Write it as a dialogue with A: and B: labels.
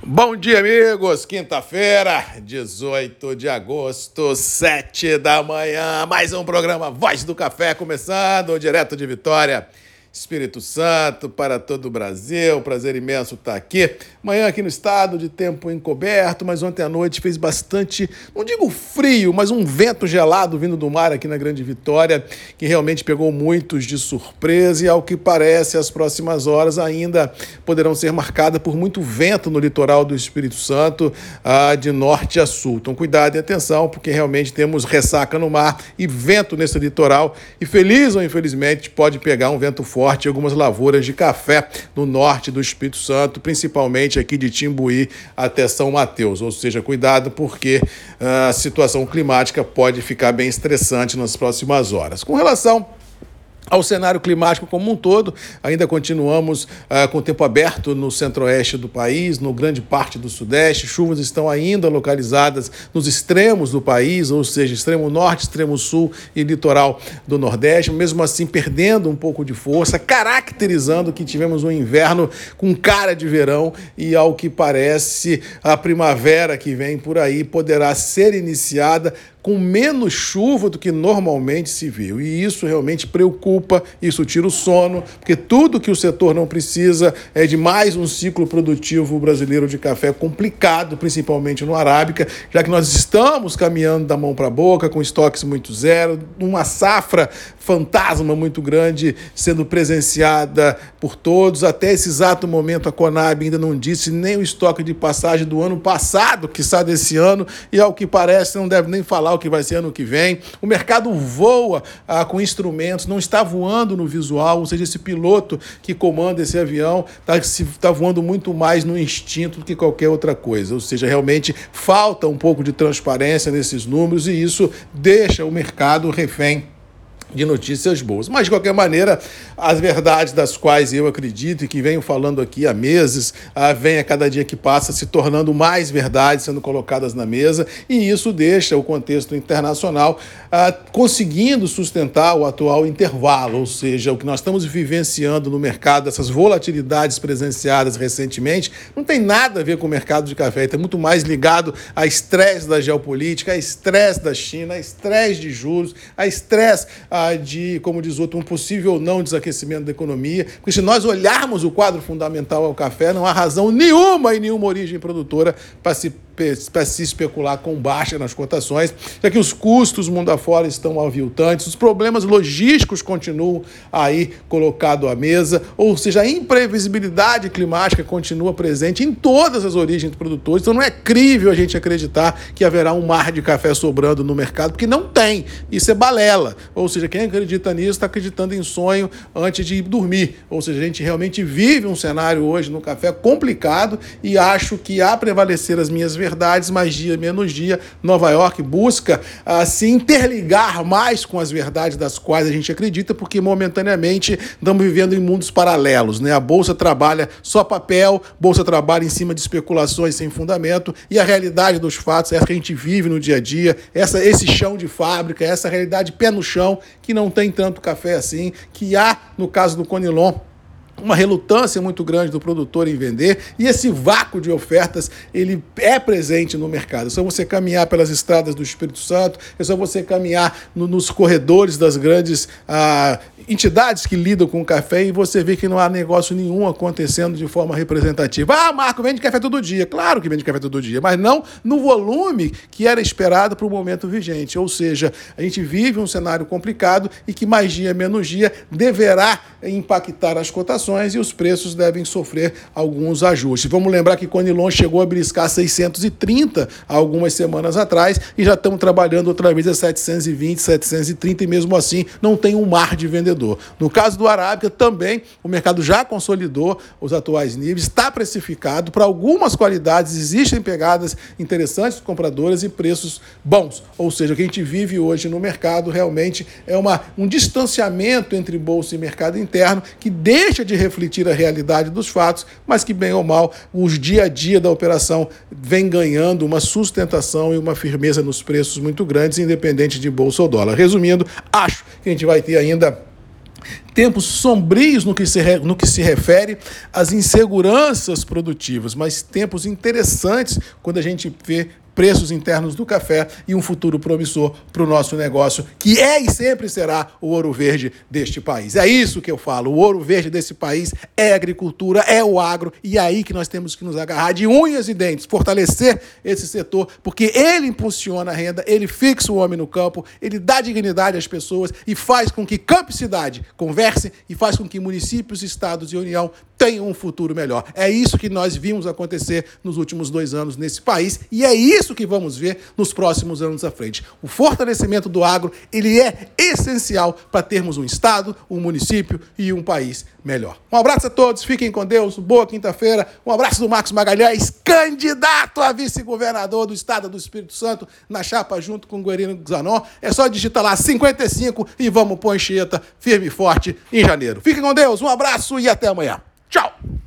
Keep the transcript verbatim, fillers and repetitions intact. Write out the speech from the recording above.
A: Bom dia, amigos! Quinta-feira, dezoito de agosto, sete da manhã, mais um programa Voz do Café começando, direto de Vitória, Espírito Santo, para todo o Brasil. Prazer imenso estar aqui. Manhã aqui no estado, de tempo encoberto, mas ontem à noite fez bastante, não digo frio, mas um vento gelado vindo do mar aqui na Grande Vitória, que realmente pegou muitos de surpresa e, ao que parece, as próximas horas ainda poderão ser marcadas por muito vento no litoral do Espírito Santo, ah, de norte a sul. Então, cuidado e atenção, porque realmente temos ressaca no mar e vento nesse litoral, e feliz ou infelizmente pode pegar um vento forte forte em algumas lavouras de café no norte do Espírito Santo, principalmente aqui de Timbuí até São Mateus. Ou seja, cuidado, porque uh, a situação climática pode ficar bem estressante nas próximas horas. Com relação ao cenário climático como um todo, ainda continuamos uh, com o tempo aberto no centro-oeste do país, no grande parte do sudeste. Chuvas estão ainda localizadas nos extremos do país, ou seja, extremo norte, extremo sul e litoral do nordeste, mesmo assim perdendo um pouco de força, caracterizando que tivemos um inverno com cara de verão e, ao que parece, a primavera que vem por aí poderá ser iniciada com menos chuva do que normalmente se viu. E isso realmente preocupa, isso tira o sono, porque tudo que o setor não precisa é de mais um ciclo produtivo brasileiro de café complicado, principalmente no Arábica, já que nós estamos caminhando da mão para a boca, com estoques muito zero, uma safra fantasma muito grande sendo presenciada por todos. Até esse exato momento, a Conab ainda não disse nem o estoque de passagem do ano passado, que está desse ano, e, ao que parece, não deve nem falar o que vai ser ano que vem. O mercado voa ah, com instrumentos, não está voando no visual, ou seja, esse piloto que comanda esse avião está tá voando muito mais no instinto do que qualquer outra coisa. Ou seja, realmente falta um pouco de transparência nesses números e isso deixa o mercado refém de notícias boas. Mas, de qualquer maneira, as verdades das quais eu acredito e que venho falando aqui há meses, ah, vem a cada dia que passa se tornando mais verdades sendo colocadas na mesa, e isso deixa o contexto internacional ah, conseguindo sustentar o atual intervalo, ou seja, o que nós estamos vivenciando no mercado, essas volatilidades presenciadas recentemente, não tem nada a ver com o mercado de café, está muito mais ligado a estresse da geopolítica, a estresse da China, a estresse de juros, a estresse ah, de, como diz outro, um possível não desaquecimento da economia, porque se nós olharmos o quadro fundamental ao café, não há razão nenhuma e nenhuma origem produtora para se para se especular com baixa nas cotações, já que os custos mundo afora estão aviltantes, os problemas logísticos continuam aí colocados à mesa, ou seja, a imprevisibilidade climática continua presente em todas as origens dos produtores. Então não é crível a gente acreditar que haverá um mar de café sobrando no mercado, porque não tem. Isso é balela. Ou seja, quem acredita nisso está acreditando em sonho antes de ir dormir. Ou seja, a gente realmente vive um cenário hoje no café complicado e acho que, a prevalecer as minhas verdades, verdades, mais dia, menos dia, Nova York busca uh, se interligar mais com as verdades das quais a gente acredita, porque momentaneamente estamos vivendo em mundos paralelos, né? A Bolsa trabalha só papel, Bolsa trabalha em cima de especulações sem fundamento, e a realidade dos fatos é essa que a gente vive no dia a dia, essa, esse chão de fábrica, essa realidade pé no chão, que não tem tanto café assim, que há, no caso do Conilon, uma relutância muito grande do produtor em vender, e esse vácuo de ofertas ele é presente no mercado. É só você caminhar pelas estradas do Espírito Santo, é só você caminhar no, nos corredores das grandes ah, entidades que lidam com o café, e você vê que não há negócio nenhum acontecendo de forma representativa. Ah, Marco, vende café todo dia. Claro que vende café todo dia, mas não no volume que era esperado para o momento vigente. Ou seja, a gente vive um cenário complicado e que, mais dia, menos dia, deverá impactar as cotações, e os preços devem sofrer alguns ajustes. Vamos lembrar que Conilon chegou a beliscar seiscentos e trinta há algumas semanas atrás, e já estamos trabalhando outra vez a setecentos e vinte, setecentos e trinta, e mesmo assim não tem um mar de vendedor. No caso do Arábica também, o mercado já consolidou os atuais níveis, está precificado, para algumas qualidades existem pegadas interessantes compradoras e preços bons. Ou seja, o que a gente vive hoje no mercado realmente é uma, um distanciamento entre bolsa e mercado interno, que deixa de refletir a realidade dos fatos, mas que, bem ou mal, os dia a dia da operação vem ganhando uma sustentação e uma firmeza nos preços muito grandes, independente de bolsa ou dólar. Resumindo, acho que a gente vai ter ainda tempos sombrios no que, se, no que se refere às inseguranças produtivas, mas tempos interessantes quando a gente vê preços internos do café e um futuro promissor para o nosso negócio, que é e sempre será o ouro verde deste país. É isso que eu falo, o ouro verde desse país é a agricultura, é o agro, e é aí que nós temos que nos agarrar de unhas e dentes, fortalecer esse setor, porque ele impulsiona a renda, ele fixa o homem no campo, ele dá dignidade às pessoas e faz com que campo e cidade conversem e faz com que municípios, estados e União tenham um futuro melhor. É isso que nós vimos acontecer nos últimos dois anos nesse país e é isso que vamos ver nos próximos anos à frente. O fortalecimento do agro, ele é essencial para termos um estado, um município e um país melhor. Um abraço a todos, fiquem com Deus, boa quinta-feira. Um abraço do Marcos Magalhães, candidato a vice-governador do estado do Espírito Santo, na chapa junto com o Guerino Zanon. É só digitar lá cinquenta e cinco e vamos pôr Anchieta firme e forte em janeiro. Fiquem com Deus, um abraço e até amanhã. Tchau!